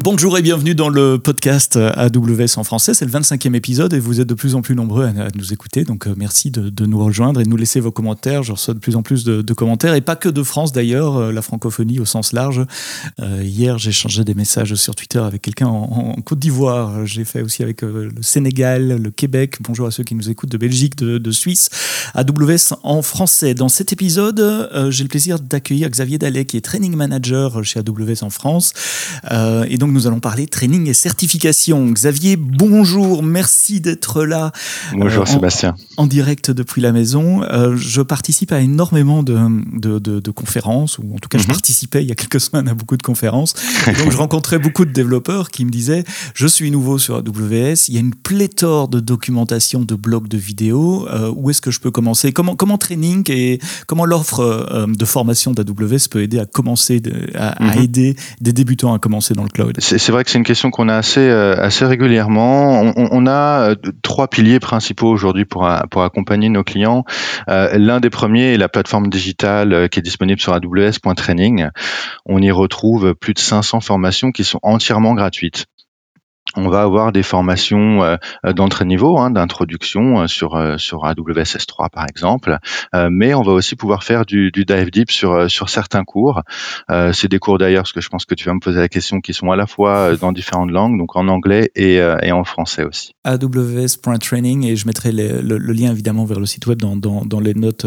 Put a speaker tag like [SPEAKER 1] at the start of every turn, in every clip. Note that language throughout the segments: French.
[SPEAKER 1] Bonjour et bienvenue dans le podcast AWS en français. C'est le 25e épisode et vous êtes de plus en plus nombreux à nous écouter. Donc merci de nous rejoindre et de nous laisser vos commentaires. Je reçois de plus en plus de commentaires et pas que de France d'ailleurs, la francophonie au sens large. Hier, j'ai échangé des messages sur Twitter avec quelqu'un en Côte d'Ivoire. J'ai fait aussi avec le Sénégal, le Québec. Bonjour à ceux qui nous écoutent de Belgique, de Suisse. AWS en français. Dans cet épisode, j'ai le plaisir d'accueillir Xavier Dallet qui est Training Manager chez AWS en France. Et donc, nous allons parler training et certification. Xavier, bonjour, merci d'être là.
[SPEAKER 2] Bonjour Sébastien.
[SPEAKER 1] En direct depuis la maison. Je participe à énormément de conférences, ou en tout cas, je participais il y a quelques semaines à beaucoup de conférences. Et donc, je rencontrais beaucoup de développeurs qui me disaient « Je suis nouveau sur AWS, il y a une pléthore de documentation, de blogs, de vidéos. Où est-ce que je peux commencer ?» Comment training et comment l'offre de formation d'AWS peut aider à commencer, à aider des débutants à commencer dans le cloud?
[SPEAKER 2] C'est vrai que c'est une question qu'on a assez régulièrement. On a trois piliers principaux aujourd'hui pour accompagner nos clients. L'un des premiers est la plateforme digitale qui est disponible sur AWS.training. On y retrouve plus de 500 formations qui sont entièrement gratuites. On va avoir des formations d'entrée de niveau, d'introduction sur AWS S3 par exemple, mais on va aussi pouvoir faire du dive deep sur certains cours. C'est des cours d'ailleurs, parce que je pense que tu vas me poser la question, qui sont à la fois dans différentes langues, donc en anglais et en français aussi.
[SPEAKER 1] AWS.training, et je mettrai le lien évidemment vers le site web dans les notes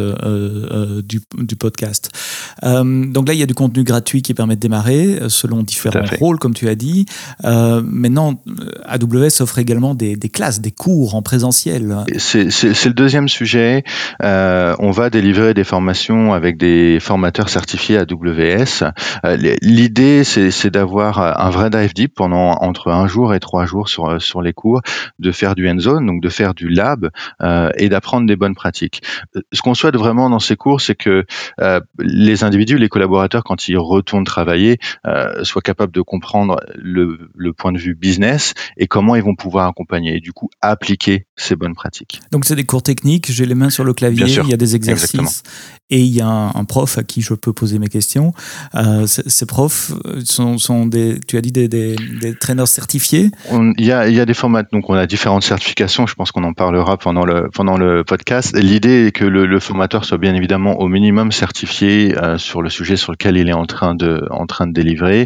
[SPEAKER 1] du podcast. Donc là, il y a du contenu gratuit qui permet de démarrer selon différents rôles, comme tu as dit. Maintenant, AWS offre également des classes, des cours en présentiel.
[SPEAKER 2] C'est le deuxième sujet. On va délivrer des formations avec des formateurs certifiés AWS. L'idée, c'est d'avoir un vrai dive deep pendant entre 1 jour et 3 jours sur les cours, de faire du hands-on, donc de faire du lab et d'apprendre des bonnes pratiques. Ce qu'on souhaite vraiment dans ces cours, c'est que les individus, les collaborateurs, quand ils retournent travailler, soient capables de comprendre le point de vue business et comment ils vont pouvoir accompagner et du coup appliquer ces bonnes pratiques.
[SPEAKER 1] Donc c'est des cours techniques, j'ai les mains sur le clavier, il y a des exercices.
[SPEAKER 2] Exactement.
[SPEAKER 1] Et il y a un prof à qui je peux poser mes questions. Ces profs sont tu as dit des traîneurs certifiés?
[SPEAKER 2] Il y a des formats, donc on a différentes certifications, je pense qu'on en parlera pendant le podcast. L'idée est que le formateur soit bien évidemment au minimum certifié sur le sujet sur lequel il est en train de délivrer,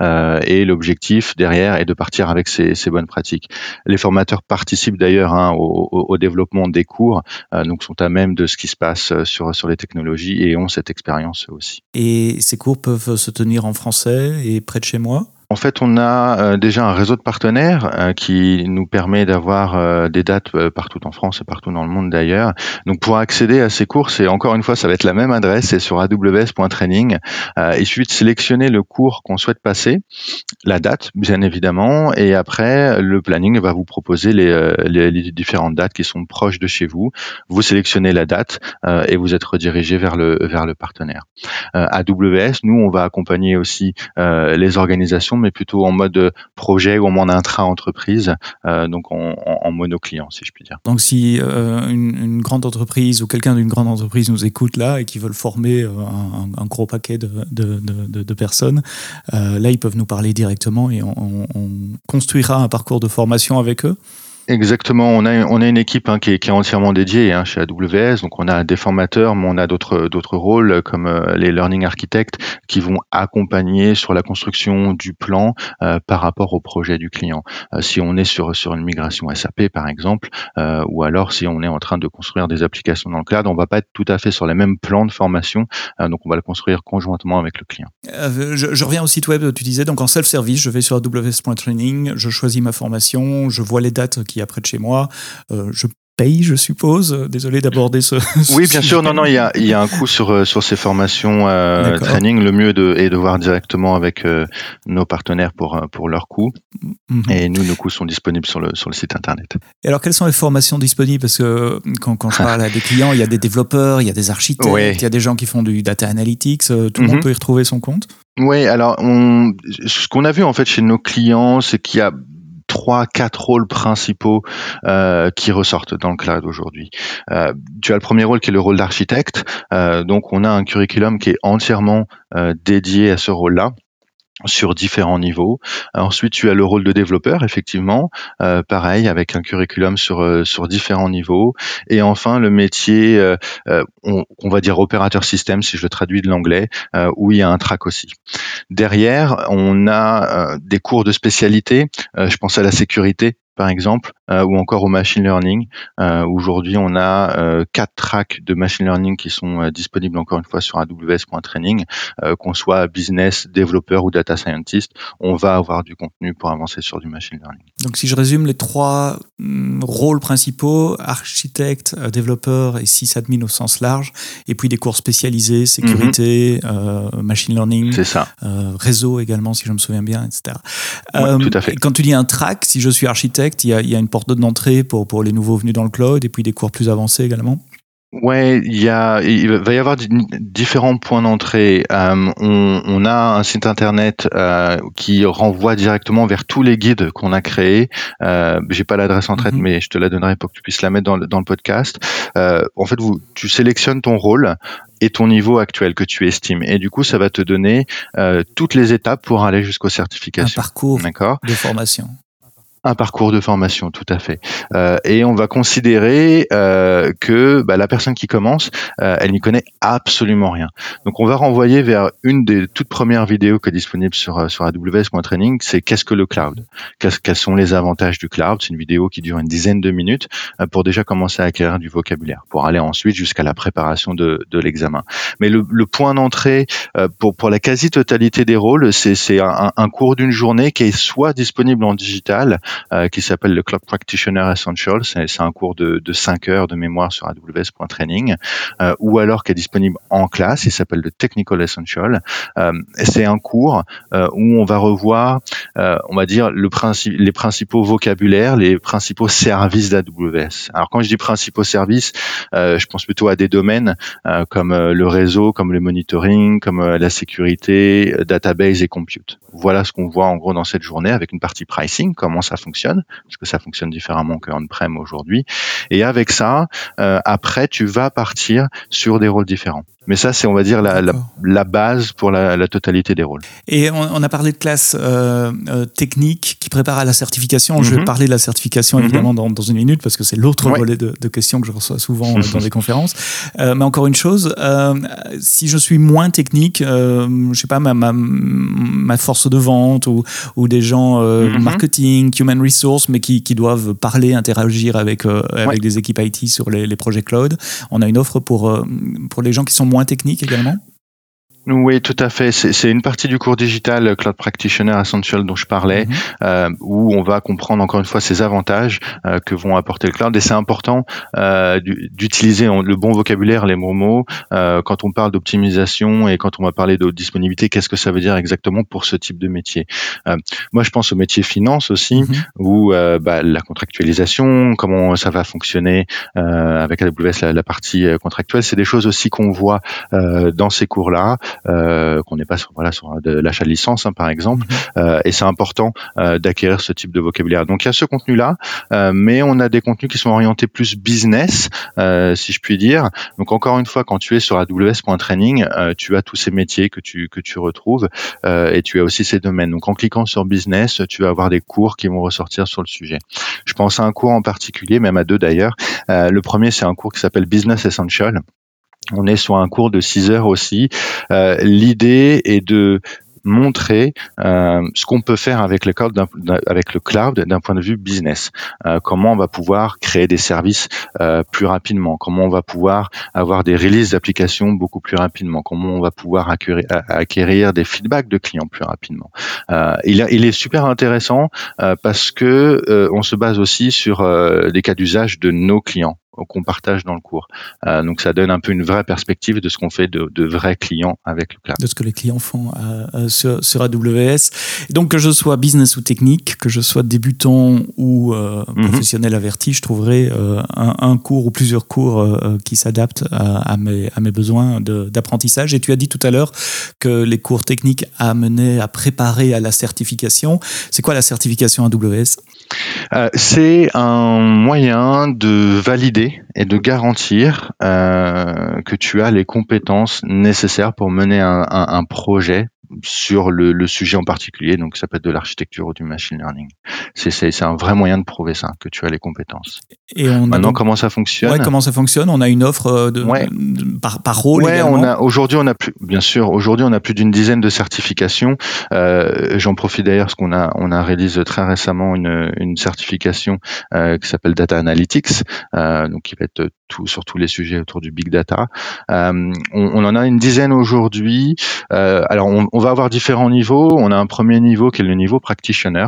[SPEAKER 2] et l'objectif derrière est de partir avec ces bonnes pratiques. Les formateurs participent d'ailleurs au développement des cours, donc sont à même de ce qui se passe sur les technologies et ont cette expérience eux aussi.
[SPEAKER 1] Et ces cours peuvent se tenir en français et près de chez moi?
[SPEAKER 2] En fait, on a déjà un réseau de partenaires qui nous permet d'avoir des dates partout en France et partout dans le monde d'ailleurs. Donc, pour accéder à ces cours, c'est encore une fois, ça va être la même adresse, c'est sur aws.training. Il suffit de sélectionner le cours qu'on souhaite passer, la date, bien évidemment, et après, le planning va vous proposer les différentes dates qui sont proches de chez vous. Vous sélectionnez la date et vous êtes redirigé vers le partenaire. AWS, nous, on va accompagner aussi les organisations, mais plutôt en mode projet ou en mode intra-entreprise, donc en mono-client, si je puis dire.
[SPEAKER 1] Donc si une grande entreprise ou quelqu'un d'une grande entreprise nous écoute là et qui veulent former un gros paquet de personnes, là ils peuvent nous parler directement et on construira un parcours de formation avec eux.
[SPEAKER 2] Exactement, on a une équipe qui est entièrement dédiée chez AWS, donc on a des formateurs, mais on a d'autres rôles comme les learning architects qui vont accompagner sur la construction du plan par rapport au projet du client. Si on est sur une migration SAP par exemple, ou alors si on est en train de construire des applications dans le cloud, on va pas être tout à fait sur les mêmes plans de formation, donc on va le construire conjointement avec le client.
[SPEAKER 1] Je reviens au site web, tu disais, donc en self-service, je vais sur aws.training, je choisis ma formation, je vois les dates qu'il y a près de chez moi, je paye, je suppose. Désolé d'aborder ce
[SPEAKER 2] Oui, bien sûr. Non, il y a un coût sur ces formations training. Le mieux est de voir directement avec nos partenaires pour leurs coûts. Et nous, nos coûts sont disponibles sur le site internet.
[SPEAKER 1] Et alors, quelles sont les formations disponibles? Parce que quand je parle à des clients, il y a des développeurs, il y a des architectes, il y a des gens qui font du data analytics. Tout le monde peut y retrouver son compte? Oui,
[SPEAKER 2] alors ce qu'on a vu en fait chez nos clients, c'est qu'il y a 3-4 rôles principaux qui ressortent dans le cloud aujourd'hui. Tu as le premier rôle qui est le rôle d'architecte. Donc, on a un curriculum qui est entièrement dédié à ce rôle-là. sur différents niveaux. Ensuite, tu as le rôle de développeur, effectivement, pareil, avec un curriculum sur différents niveaux. Et enfin, le métier, on va dire opérateur système, si je le traduis de l'anglais, où il y a un track aussi. Derrière, on a des cours de spécialité. Je pense à la sécurité, par exemple, ou encore au machine learning. Aujourd'hui, on a 4 tracks de machine learning qui sont disponibles encore une fois sur aws.training. Qu'on soit business, développeur ou data scientist, on va avoir du contenu pour avancer sur du machine learning.
[SPEAKER 1] Donc si je résume les 3 rôles principaux, architecte, développeur et sysadmin au sens large, et puis des cours spécialisés, sécurité, machine learning,
[SPEAKER 2] c'est ça.
[SPEAKER 1] Réseau également si je me souviens bien, etc.
[SPEAKER 2] Tout à fait.
[SPEAKER 1] Quand tu dis un track, si je suis architecte, il y a une porte d'entrée pour les nouveaux venus dans le cloud et puis des cours plus avancés également.
[SPEAKER 2] Ouais, il va y avoir différents points d'entrée. On a un site internet qui renvoie directement vers tous les guides qu'on a créés. J'ai pas l'adresse en tête, mais je te la donnerai pour que tu puisses la mettre dans le podcast. En fait, tu sélectionnes ton rôle et ton niveau actuel que tu estimes. Et du coup, ça va te donner toutes les étapes pour aller jusqu'aux certifications.
[SPEAKER 1] Un parcours de formation.
[SPEAKER 2] Un parcours de formation, tout à fait. Et on va considérer que la personne qui commence, elle n'y connaît absolument rien. Donc on va renvoyer vers une des toutes premières vidéos qui est disponible sur aws.training, c'est qu'est-ce que le cloud ? Quels sont les avantages du cloud ? C'est une vidéo qui dure une dizaine de minutes pour déjà commencer à acquérir du vocabulaire, pour aller ensuite jusqu'à la préparation de l'examen. Mais le point d'entrée pour la quasi-totalité des rôles, c'est un cours d'une journée qui est soit disponible en digital, qui s'appelle le Cloud Practitioner Essential. C'est un cours de 5 heures de mémoire sur aws.training, ou alors qui est disponible en classe. Il s'appelle le Technical Essential. C'est un cours où on va revoir, on va dire, les principaux vocabulaires, les principaux services d'AWS. Alors quand je dis principaux services, je pense plutôt à des domaines comme le réseau, comme le monitoring, comme la sécurité, database et compute. Voilà ce qu'on voit en gros dans cette journée, avec une partie pricing, comment ça fonctionne, parce que ça fonctionne différemment qu'on-prem aujourd'hui. Et avec ça, après, tu vas partir sur des rôles différents. Mais ça, c'est, on va dire, la base pour la totalité des rôles.
[SPEAKER 1] Et on a parlé de classes techniques qui préparent à la certification. Je vais parler de la certification, évidemment, dans une minute, parce que c'est l'autre volet de questions que je reçois souvent dans des conférences. Mais encore une chose, si je suis moins technique, je sais pas, ma force de vente ou des gens marketing, human resource, mais qui doivent parler, interagir avec des équipes IT sur les projets cloud, on a une offre pour les gens qui sont moins techniques également?
[SPEAKER 2] Oui, tout à fait. C'est une partie du cours digital Cloud Practitioner Essential dont je parlais, où on va comprendre encore une fois ces avantages que vont apporter le cloud. Et c'est important d'utiliser le bon vocabulaire, les bons mots. Quand on parle d'optimisation et quand on va parler de disponibilité, qu'est-ce que ça veut dire exactement pour ce type de métier ? Moi, je pense au métier finance aussi, où la contractualisation, comment ça va fonctionner avec AWS, la partie contractuelle, c'est des choses aussi qu'on voit dans ces cours-là. Qu'on n'est pas sur de l'achat de licence, par exemple, et c'est important d'acquérir ce type de vocabulaire. Donc il y a ce contenu-là, mais on a des contenus qui sont orientés plus business, si je puis dire. Donc encore une fois, quand tu es sur aws.training, tu as tous ces métiers que tu retrouves, et tu as aussi ces domaines. Donc en cliquant sur business, tu vas avoir des cours qui vont ressortir sur le sujet. Je pense à un cours en particulier, même à deux d'ailleurs. Le premier, c'est un cours qui s'appelle Business Essential. On est sur un cours de 6 heures aussi. L'idée est de montrer ce qu'on peut faire avec le cloud d'un point de vue business. Comment on va pouvoir créer des services plus rapidement, comment on va pouvoir avoir des releases d'applications beaucoup plus rapidement, comment on va pouvoir acquérir des feedbacks de clients plus rapidement. Il est super intéressant parce que on se base aussi sur des cas d'usage de nos clients qu'on partage dans le cours. Donc ça donne un peu une vraie perspective de ce qu'on fait de vrais clients avec le cloud.
[SPEAKER 1] De ce que les clients font sur AWS. Et donc que je sois business ou technique, que je sois débutant ou professionnel averti, je trouverai un cours ou plusieurs cours qui s'adaptent à mes besoins d'apprentissage. Et tu as dit tout à l'heure que les cours techniques amenaient à préparer à la certification. C'est quoi la certification AWS ?
[SPEAKER 2] C'est un moyen de valider et de garantir que tu as les compétences nécessaires pour mener un projet sur le sujet en particulier, donc ça peut être de l'architecture ou du machine learning. C'est un vrai moyen de prouver ça, que tu as les compétences.
[SPEAKER 1] Et maintenant,
[SPEAKER 2] comment ça fonctionne?
[SPEAKER 1] Ouais, comment ça fonctionne? On a une offre par rôle également.
[SPEAKER 2] Aujourd'hui, on a plus d'une dizaine de certifications. J'en profite d'ailleurs parce qu'on a réalisé très récemment une certification qui s'appelle Data Analytics, donc qui va être sur tous les sujets autour du big data. On en a une dizaine aujourd'hui. Alors, on va avoir différents niveaux. On a un premier niveau qui est le niveau practitioner,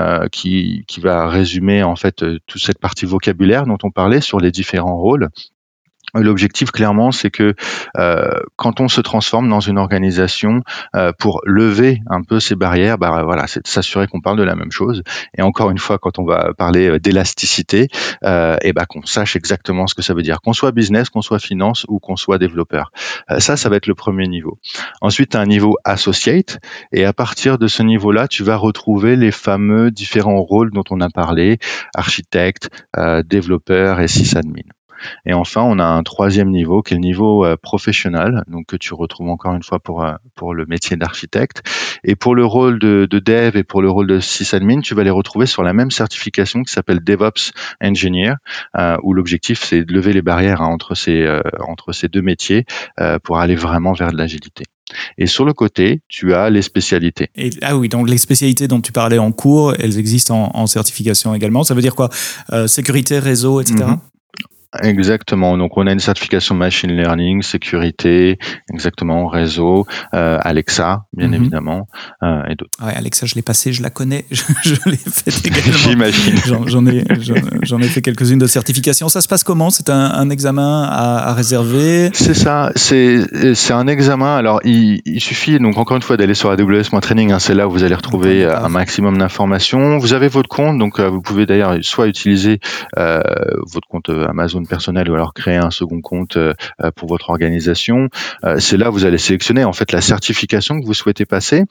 [SPEAKER 2] qui va résumer en fait toute cette partie vocabulaire dont on parlait sur les différents rôles. L'objectif, clairement, c'est que quand on se transforme dans une organisation, pour lever un peu ces barrières, c'est de s'assurer qu'on parle de la même chose. Et encore une fois, quand on va parler d'élasticité, qu'on sache exactement ce que ça veut dire, qu'on soit business, qu'on soit finance ou qu'on soit développeur. Ça va être le premier niveau. Ensuite, tu as un niveau associate, et à partir de ce niveau-là, tu vas retrouver les fameux différents rôles dont on a parlé, architecte, développeur et sysadmin. Et enfin, on a un troisième niveau qui est le niveau professionnel, donc que tu retrouves encore une fois pour le métier d'architecte. Et pour le rôle de dev et pour le rôle de sysadmin, tu vas les retrouver sur la même certification qui s'appelle DevOps Engineer, où l'objectif c'est de lever les barrières entre ces deux métiers pour aller vraiment vers de l'agilité. Et sur le côté, tu as les spécialités.
[SPEAKER 1] Donc les spécialités dont tu parlais en cours, elles existent en certification également. Ça veut dire quoi? Sécurité, réseau, etc.
[SPEAKER 2] Exactement. Donc, on a une certification machine learning, sécurité, exactement, réseau, Alexa, bien évidemment, et d'autres.
[SPEAKER 1] Ouais, Alexa, je l'ai passée, je la connais, je l'ai faite également.
[SPEAKER 2] J'imagine.
[SPEAKER 1] J'en ai fait quelques-unes de certifications. Ça se passe comment? C'est un examen à réserver?
[SPEAKER 2] C'est ça. C'est un examen. Alors, il suffit, donc, encore une fois, d'aller sur aws.training. C'est là où vous allez retrouver un maximum d'informations. Vous avez votre compte, donc, vous pouvez d'ailleurs soit utiliser votre compte Amazon personnel ou alors créer un second compte pour votre organisation. C'est là où vous allez sélectionner en fait la certification que vous souhaitez passer,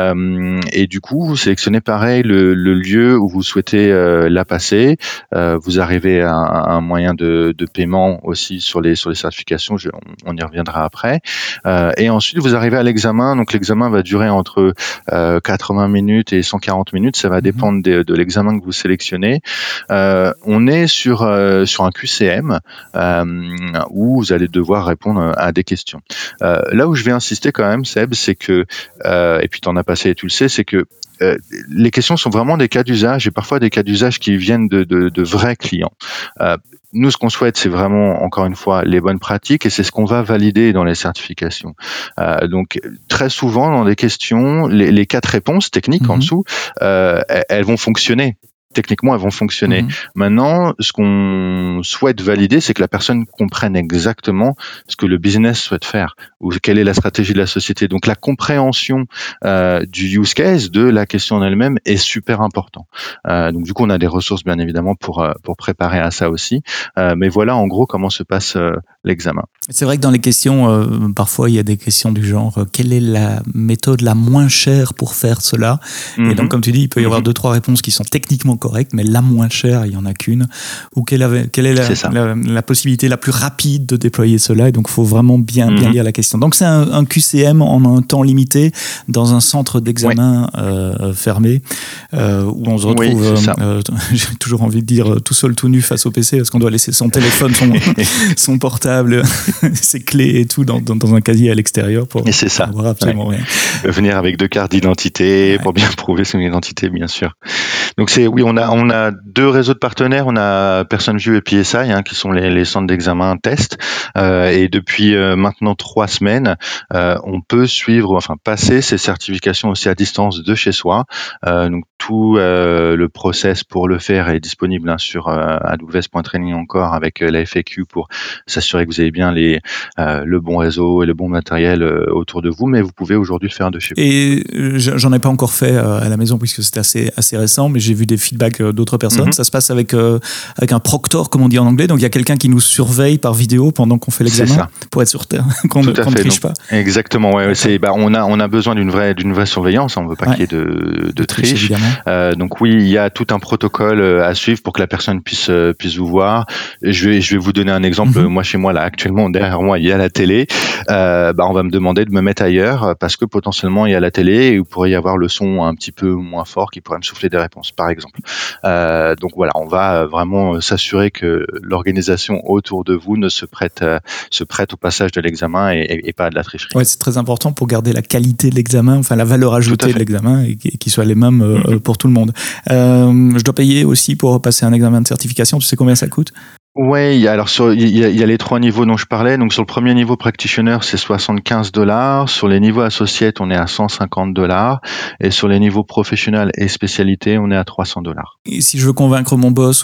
[SPEAKER 2] et du coup vous sélectionnez pareil le lieu où vous souhaitez la passer. Vous arrivez à un moyen de paiement aussi sur les certifications, on y reviendra après, et ensuite vous arrivez à l'examen. Donc l'examen va durer entre 80 minutes et 140 minutes, ça va dépendre de l'examen que vous sélectionnez. On est sur un QCM où vous allez devoir répondre à des questions. Là où je vais insister quand même, Seb, c'est que, et puis tu en as passé et tu le sais, c'est que les questions sont vraiment des cas d'usage, et parfois des cas d'usage qui viennent de vrais clients. Nous, ce qu'on souhaite, c'est vraiment, encore une fois, les bonnes pratiques, et c'est ce qu'on va valider dans les certifications. Donc, très souvent, dans des questions, les 4 réponses techniques en dessous, elles vont fonctionner. Techniquement, elles vont fonctionner. Maintenant, ce qu'on souhaite valider, c'est que la personne comprenne exactement ce que le business souhaite faire, ou quelle est la stratégie de la société. Donc, la compréhension du use case, de la question en elle-même, est super important. Donc, du coup, on a des ressources, bien évidemment, pour préparer à ça aussi. Mais voilà, en gros, comment se passe l'examen.
[SPEAKER 1] C'est vrai que dans les questions, parfois, il y a des questions du genre quelle est la méthode la moins chère pour faire cela? Et donc, comme tu dis, il peut y avoir 2-3 réponses qui sont techniquement correctes, mais la moins chère, il n'y en a qu'une. Ou quelle est la possibilité la plus rapide de déployer cela? Et donc, il faut vraiment bien lire la question. Donc, c'est un QCM en un temps limité dans un centre d'examen fermé, où on se retrouve, j'ai toujours envie de dire, tout seul, tout nu face au PC, parce qu'on doit laisser son téléphone, son portable, ses clés et tout dans un casier à l'extérieur pour voir absolument rien.
[SPEAKER 2] Venir avec 2 cartes d'identité pour bien prouver son identité, bien sûr. Donc on a 2 réseaux de partenaires. On a PersonVue et PSI, qui sont les centres d'examen test. Et depuis maintenant 3 semaines, on peut passer ces certifications aussi à distance de chez soi. Donc tout le process pour le faire est disponible sur aws.training encore, avec la FAQ pour s'assurer que vous avez bien le bon réseau et le bon matériel autour de vous, mais vous pouvez aujourd'hui le faire de chez vous.
[SPEAKER 1] Et j'en ai pas encore fait à la maison puisque c'était assez récent, mais j'ai vu des feedbacks d'autres personnes. Ça se passe avec un proctor, comme on dit en anglais, donc il y a quelqu'un qui nous surveille par vidéo pendant qu'on fait l'examen pour être sûr qu'on ne triche pas.
[SPEAKER 2] Exactement, on a besoin d'une vraie surveillance, on ne veut pas qu'il y ait de triche. Donc oui, il y a tout un protocole à suivre pour que la personne puisse vous voir. Je vais vous donner un exemple. Moi, chez moi, moi là actuellement derrière moi il y a la télé, on va me demander de me mettre ailleurs parce que potentiellement il y a la télé et il pourrait y avoir le son un petit peu moins fort qui pourrait me souffler des réponses, par exemple. Donc voilà, on va vraiment s'assurer que l'organisation autour de vous ne se prête au passage de l'examen et pas à de la tricherie.
[SPEAKER 1] Ouais, c'est très important pour garder la qualité de l'examen, enfin la valeur ajoutée de l'examen et qu'il soit les mêmes pour tout le monde. Je dois payer aussi pour passer un examen de certification. Tu sais combien ça coûte?
[SPEAKER 2] Ouais, il y a les 3 niveaux dont je parlais. Donc sur le premier niveau practitioner, c'est $75. Sur les niveaux associates, on est à $150. Et sur les niveaux professionnels et spécialité, on est à $300.
[SPEAKER 1] Et si je veux convaincre mon boss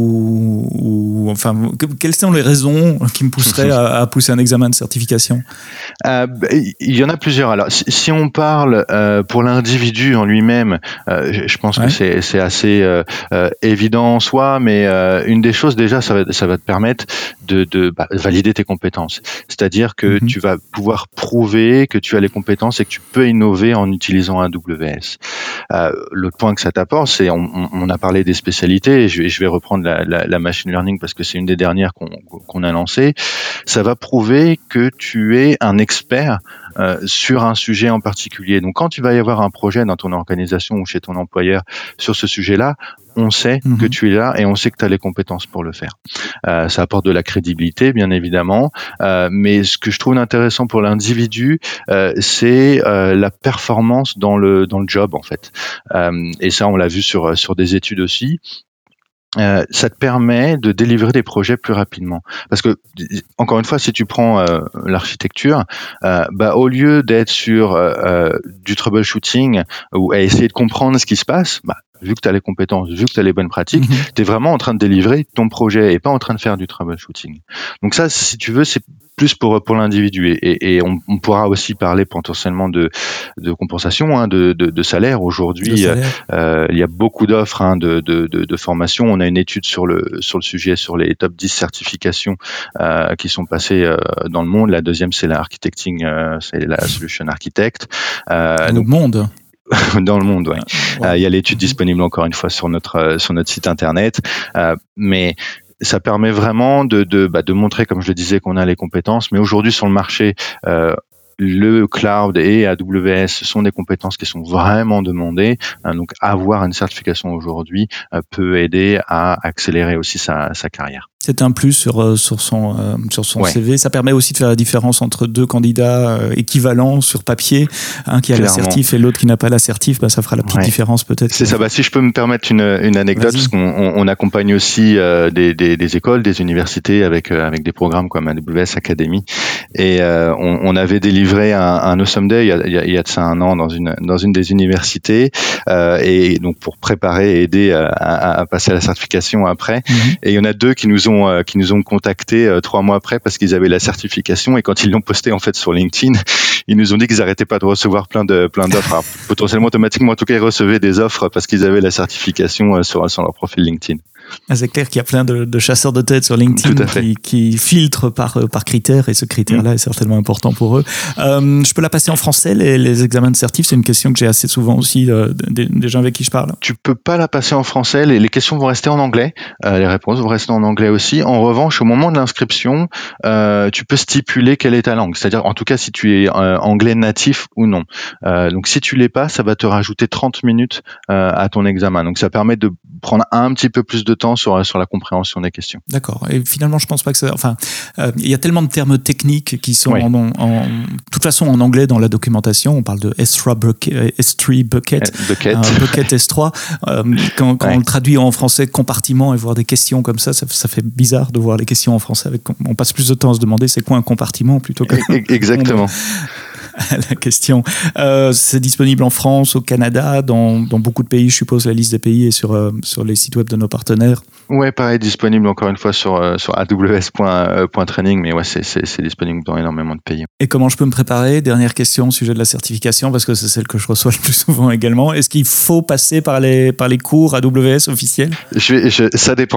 [SPEAKER 1] ou enfin, quelles sont les raisons qui me pousseraient à pousser un examen de certification?
[SPEAKER 2] Il y en a plusieurs. Alors, si on parle pour l'individu en lui-même, je pense que c'est assez évident en soi, mais une des choses déjà, ça va te permettre de valider tes compétences. C'est-à-dire que tu vas pouvoir prouver que tu as les compétences et que tu peux innover en utilisant AWS. L'autre point que ça t'apporte, c'est on a parlé des spécialités. Et je vais reprendre la machine learning parce que c'est une des dernières qu'on a lancées. Ça va prouver que tu es un expert sur un sujet en particulier. Donc, quand il va y avoir un projet dans ton organisation ou chez ton employeur sur ce sujet-là, on sait que tu es là et on sait que tu as les compétences pour le faire. Ça apporte de la crédibilité, bien évidemment, mais ce que je trouve intéressant pour l'individu, c'est la performance dans le job, en fait. Et ça, on l'a vu sur des études aussi. Ça te permet de délivrer des projets plus rapidement. Parce que, encore une fois, si tu prends l'architecture, au lieu d'être sur du troubleshooting ou à essayer de comprendre ce qui se passe, vu que tu as les compétences, vu que tu as les bonnes pratiques, tu es vraiment en train de délivrer ton projet et pas en train de faire du troubleshooting. Donc ça, si tu veux, c'est plus pour l'individu et on pourra aussi parler potentiellement de compensation, de salaire. Aujourd'hui, il y a beaucoup d'offres de formation. On a une étude sur le sujet, sur les top 10 certifications qui sont passées dans le monde. La deuxième, c'est l'architecting, c'est la solution architect.
[SPEAKER 1] Dans le monde.
[SPEAKER 2] Dans le monde, ouais. Il y a l'étude disponible encore une fois sur notre site internet, mais ça permet vraiment de montrer, comme je le disais, qu'on a les compétences. Mais aujourd'hui sur le marché, le cloud et AWS sont des compétences qui sont vraiment demandées. Donc avoir une certification aujourd'hui peut aider à accélérer aussi sa carrière.
[SPEAKER 1] C'est un plus sur son CV. Ça permet aussi de faire la différence entre deux candidats équivalents sur papier, un qui a l'assertif et l'autre qui n'a pas l'assertif. Ça fera la petite différence peut-être.
[SPEAKER 2] C'est ça. Si je peux me permettre une anecdote, parce qu'on accompagne aussi des écoles, des universités avec des programmes comme AWS Academy, et on avait délivré un Awesome Day il y a de ça un an dans une des universités, et donc pour préparer et aider à passer à la certification après. Et il y en a deux qui nous ont contactés 3 mois après parce qu'ils avaient la certification, et quand ils l'ont posté en fait sur LinkedIn, ils nous ont dit qu'ils n'arrêtaient pas de recevoir plein d'offres. Alors, potentiellement automatiquement, en tout cas, ils recevaient des offres parce qu'ils avaient la certification sur leur profil LinkedIn.
[SPEAKER 1] C'est clair qu'il y a plein de chasseurs de tête sur LinkedIn qui filtrent par critères, et ce critère-là est certainement important pour eux. Je peux la passer en français, les examens de certif? C'est une question que j'ai assez souvent aussi des gens avec qui je parle. Tu
[SPEAKER 2] peux pas la passer en français, les questions vont rester en anglais, les réponses vont rester en anglais aussi. En revanche, au moment de l'inscription, tu peux stipuler quelle est ta langue, c'est-à-dire en tout cas si tu es anglais natif ou non. Donc si tu l'es pas, ça va te rajouter 30 minutes à ton examen. Donc ça permet de prendre un petit peu plus de temps sur la compréhension des questions.
[SPEAKER 1] D'accord. Et finalement, je pense pas que ça... Enfin, il y a tellement de termes techniques qui sont de toute façon en anglais dans la documentation. On parle de S3 bucket, bucket S3. Quand on le traduit en français, compartiment, et voir des questions comme ça fait bizarre de voir les questions en français. On passe plus de temps à se demander c'est quoi un compartiment plutôt que...
[SPEAKER 2] Exactement.
[SPEAKER 1] La question. C'est disponible en France, au Canada, dans beaucoup de pays. Je suppose la liste des pays est sur les sites web de nos partenaires.
[SPEAKER 2] Ouais, pareil, disponible encore une fois sur aws.training, mais c'est disponible dans énormément de pays.
[SPEAKER 1] Et comment je peux me préparer? Dernière question au sujet de la certification, parce que c'est celle que je reçois le plus souvent également. Est-ce qu'il faut passer par les cours AWS officiels?
[SPEAKER 2] Ça dépend.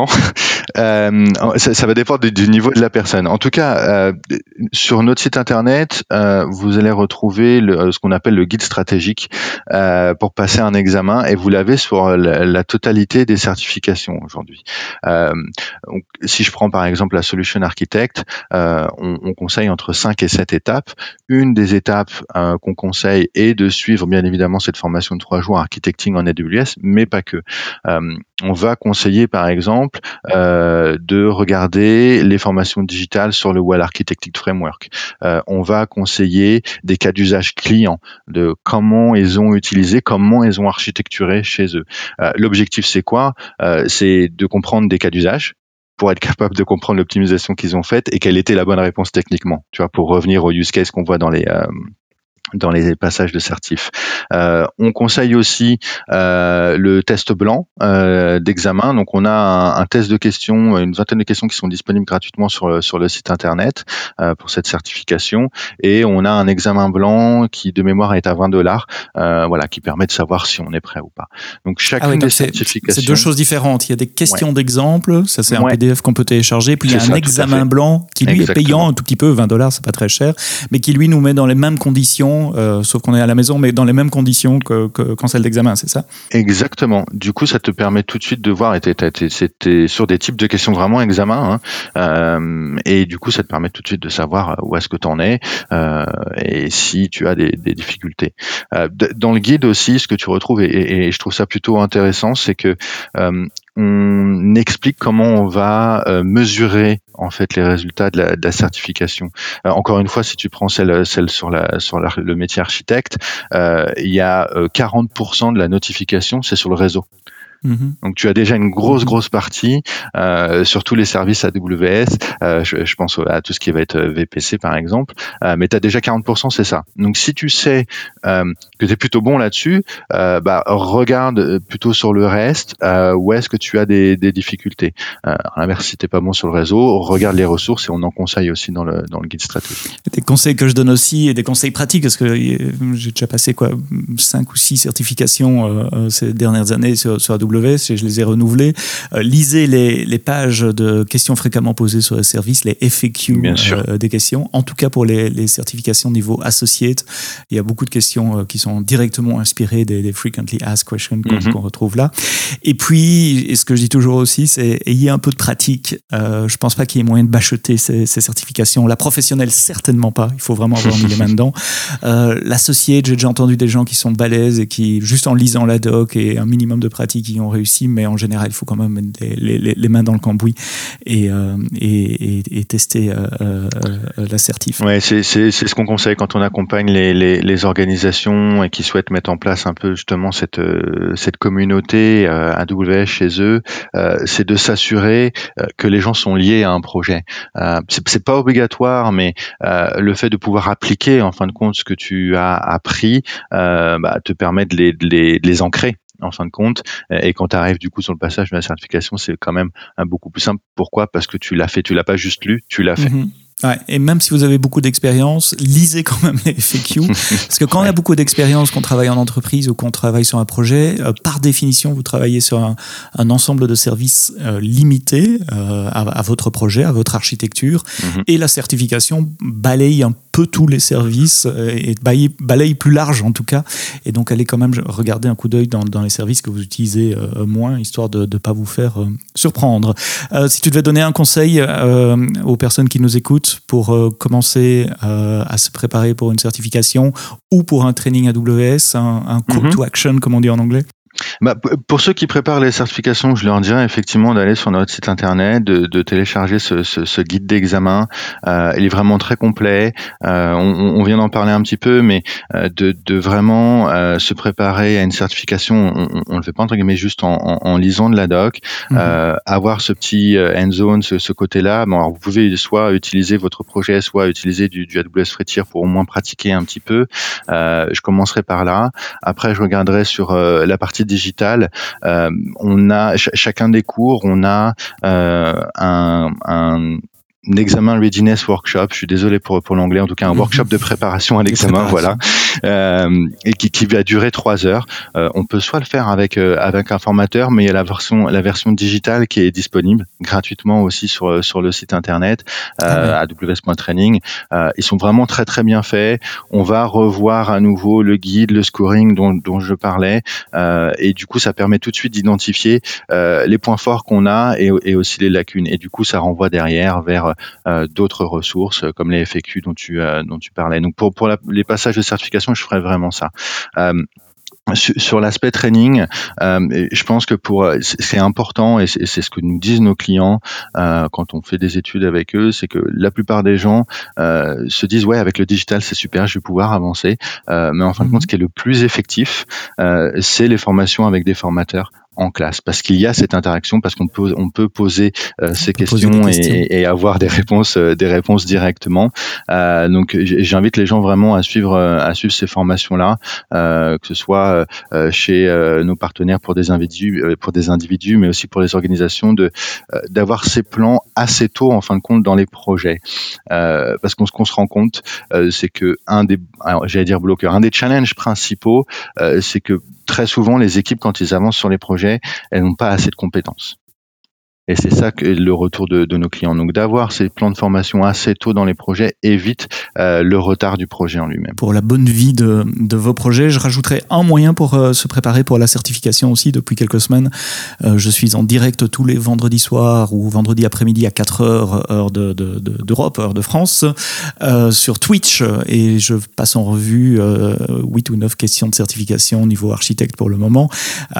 [SPEAKER 2] Ça va dépendre du niveau de la personne. En tout cas, sur notre site internet, vous allez retrouver retrouver ce qu'on appelle le guide stratégique pour passer un examen, et vous l'avez sur la totalité des certifications aujourd'hui. Donc, si je prends par exemple la Solution Architect, on conseille entre 5 et 7 étapes. Une des étapes qu'on conseille est de suivre bien évidemment cette formation de 3 jours Architecting en AWS, mais pas que. On va conseiller par exemple de regarder les formations digitales sur le Well Architected Framework. On va conseiller des cas d'usage clients, de comment ils ont utilisé, comment ils ont architecturé chez eux. L'objectif, c'est quoi ? C'est de comprendre des cas d'usage pour être capable de comprendre l'optimisation qu'ils ont faite et quelle était la bonne réponse techniquement. Tu vois, pour revenir au use case qu'on voit dans les passages de certif. On conseille aussi le test blanc d'examen. Donc on a un test de questions, une vingtaine de questions qui sont disponibles gratuitement sur le site internet pour cette certification, et on a un examen blanc qui de mémoire est à $20, voilà, qui permet de savoir si on est prêt ou pas. Donc chacune des certifications.
[SPEAKER 1] C'est deux choses différentes. Il y a des questions d'exemple, ça c'est un PDF qu'on peut télécharger, puis il y a un examen blanc qui lui est payant un tout petit peu, $20, c'est pas très cher, mais qui lui nous met dans les mêmes conditions. Sauf qu'on est à la maison, mais dans les mêmes conditions qu'en salle d'examen, c'est ça ?
[SPEAKER 2] Exactement. Du coup, ça te permet tout de suite de voir, c'était sur des types de questions vraiment examen, et du coup, ça te permet tout de suite de savoir où est-ce que tu en es et si tu as des difficultés. Dans le guide aussi, ce que tu retrouves, et je trouve ça plutôt intéressant, c'est que on explique comment on va mesurer en fait les résultats de la certification. Encore une fois, si tu prends celle sur le métier architecte, il y a 40% de la notification, c'est sur le réseau. Donc tu as déjà une grosse partie sur tous les services AWS, je pense à tout ce qui va être VPC par exemple, mais tu as déjà 40%, c'est ça. Donc si tu sais que tu es plutôt bon là-dessus, regarde plutôt sur le reste où est-ce que tu as des difficultés. À l'inverse, si tu n'es pas bon sur le réseau, regarde les ressources, et on en conseille aussi dans le guide stratégique.
[SPEAKER 1] Des conseils que je donne aussi, et des conseils pratiques, parce que j'ai déjà passé 5 ou 6 certifications ces dernières années sur AWS, et je les ai renouvelées. Lisez les pages de questions fréquemment posées sur les services, les FAQ des questions. En tout cas pour les certifications niveau associate, il y a beaucoup de questions qui sont directement inspirées des frequently asked questions qu'on retrouve là. Et puis, ce que je dis toujours aussi, c'est ayez un peu de pratique. Je pense pas qu'il y ait moyen de bacheter ces certifications. La professionnelle, certainement pas. Il faut vraiment avoir mis les mains dedans. L'associate, j'ai déjà entendu des gens qui sont balèzes et qui, juste en lisant la doc et un minimum de pratique, y ont réussi, mais en général, il faut quand même mettre les mains dans le cambouis et tester la certif.
[SPEAKER 2] Ouais, c'est ce qu'on conseille quand on accompagne les organisations et qui souhaitent mettre en place un peu justement cette communauté AWS chez eux, c'est de s'assurer que les gens sont liés à un projet. C'est pas obligatoire, mais le fait de pouvoir appliquer en fin de compte ce que tu as appris te permet de les ancrer en fin de compte, et quand tu arrives du coup sur le passage de la certification, c'est quand même beaucoup plus simple. Pourquoi ? Parce que tu l'as fait, tu l'as pas juste lu, tu l'as fait.
[SPEAKER 1] Ouais, et même si vous avez beaucoup d'expérience, lisez quand même les FAQ, parce que quand on a beaucoup d'expérience, qu'on travaille en entreprise ou qu'on travaille sur un projet, par définition, vous travaillez sur un ensemble de services limités à votre projet, à votre architecture, et la certification balaye un peu tous les services et balaye plus large en tout cas, et donc allez quand même regarder un coup d'œil dans les services que vous utilisez moins, histoire de ne pas vous faire surprendre. Si tu devais donner un conseil aux personnes qui nous écoutent pour commencer à se préparer pour une certification ou pour un training AWS, un call to action, comme on dit en anglais?
[SPEAKER 2] Pour ceux qui préparent les certifications, je leur dirais effectivement d'aller sur notre site internet, de télécharger ce guide d'examen. Il est vraiment très complet. On vient d'en parler un petit peu, mais de vraiment se préparer à une certification, on le fait pas entre guillemets juste en lisant de la doc, avoir ce petit hands-on, ce côté-là. Bon, alors vous pouvez soit utiliser votre projet, soit utiliser du AWS FreeTier pour au moins pratiquer un petit peu. Je commencerai par là. Après, je regarderai sur la partie digitale. On a chacun des cours, on a un examen readiness workshop. Je suis désolé pour l'anglais, en tout cas un workshop de préparation à l'examen, voilà, et qui va durer 3 heures. On peut soit le faire avec un formateur, mais il y a la version digitale qui est disponible gratuitement aussi sur le site internet aws.training. Ils sont vraiment très très bien faits. On va revoir à nouveau le guide, le scoring dont je parlais, et du coup ça permet tout de suite d'identifier les points forts qu'on a et aussi les lacunes. Et du coup ça renvoie derrière vers d'autres ressources comme les FAQ dont tu parlais. Donc pour les passages de certification, je ferais vraiment ça. Sur l'aspect training, je pense que c'est important et c'est ce que nous disent nos clients quand on fait des études avec eux, c'est que la plupart des gens se disent ouais, avec le digital c'est super, je vais pouvoir avancer, mais en fin de compte ce qui est le plus effectif, c'est les formations avec des formateurs en classe, parce qu'il y a cette interaction, parce qu'on peut poser ces questions et avoir des réponses directement. Donc j'invite les gens vraiment à suivre ces formations-là, que ce soit chez nos partenaires pour des individus, mais aussi pour les organisations, d'avoir ces plans assez tôt en fin de compte dans les projets, parce qu'on se rend compte, c'est que un des challenges principaux, c'est que très souvent, les équipes, quand ils avancent sur les projets, elles n'ont pas assez de compétences. Et c'est ça que le retour de nos clients. Donc d'avoir ces plans de formation assez tôt dans les projets évite le retard du projet en lui-même.
[SPEAKER 1] Pour la bonne vie de vos projets, je rajouterai un moyen pour se préparer pour la certification aussi. Depuis quelques semaines, je suis en direct tous les vendredis soirs ou vendredi après-midi à 4h, heure d'Europe, heure de France, sur Twitch, et je passe en revue 8 ou 9 questions de certification au niveau architecte pour le moment.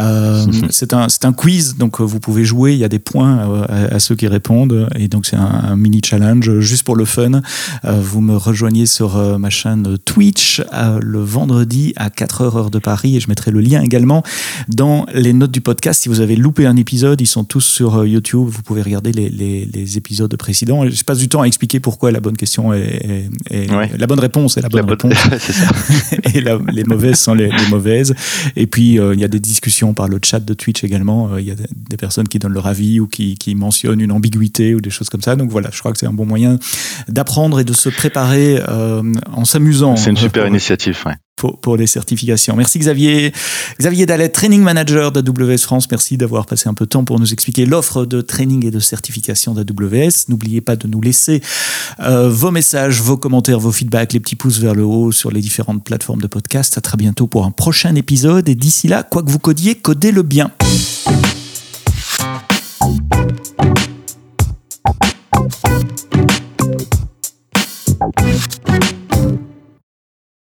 [SPEAKER 1] C'est un quiz, donc vous pouvez jouer, il y a des points à ceux qui répondent, et donc c'est un mini challenge juste pour le fun. Vous me rejoignez sur ma chaîne Twitch le vendredi à 4h heure de Paris, et je mettrai le lien également dans les notes du podcast. Si vous avez loupé un épisode, ils sont tous sur YouTube, vous pouvez regarder les épisodes précédents. Je passe du temps à expliquer pourquoi la bonne question est la bonne réponse est la bonne réponse.
[SPEAKER 2] C'est ça.
[SPEAKER 1] Et les mauvaises sont les mauvaises. Et puis il y a des discussions par le chat de Twitch également. Il y a des personnes qui donnent leur avis ou qui mentionnent une ambiguïté ou des choses comme ça. Donc voilà, je crois que c'est un bon moyen d'apprendre et de se préparer en s'amusant.
[SPEAKER 2] C'est une super initiative, ouais.
[SPEAKER 1] Pour les certifications. Merci Xavier Dallet, Training Manager d'AWS France. Merci d'avoir passé un peu de temps pour nous expliquer l'offre de training et de certification d'AWS. N'oubliez pas de nous laisser vos messages, vos commentaires, vos feedbacks, les petits pouces vers le haut sur les différentes plateformes de podcast. À très bientôt pour un prochain épisode, et d'ici là, quoi que vous codiez, codez-le bien.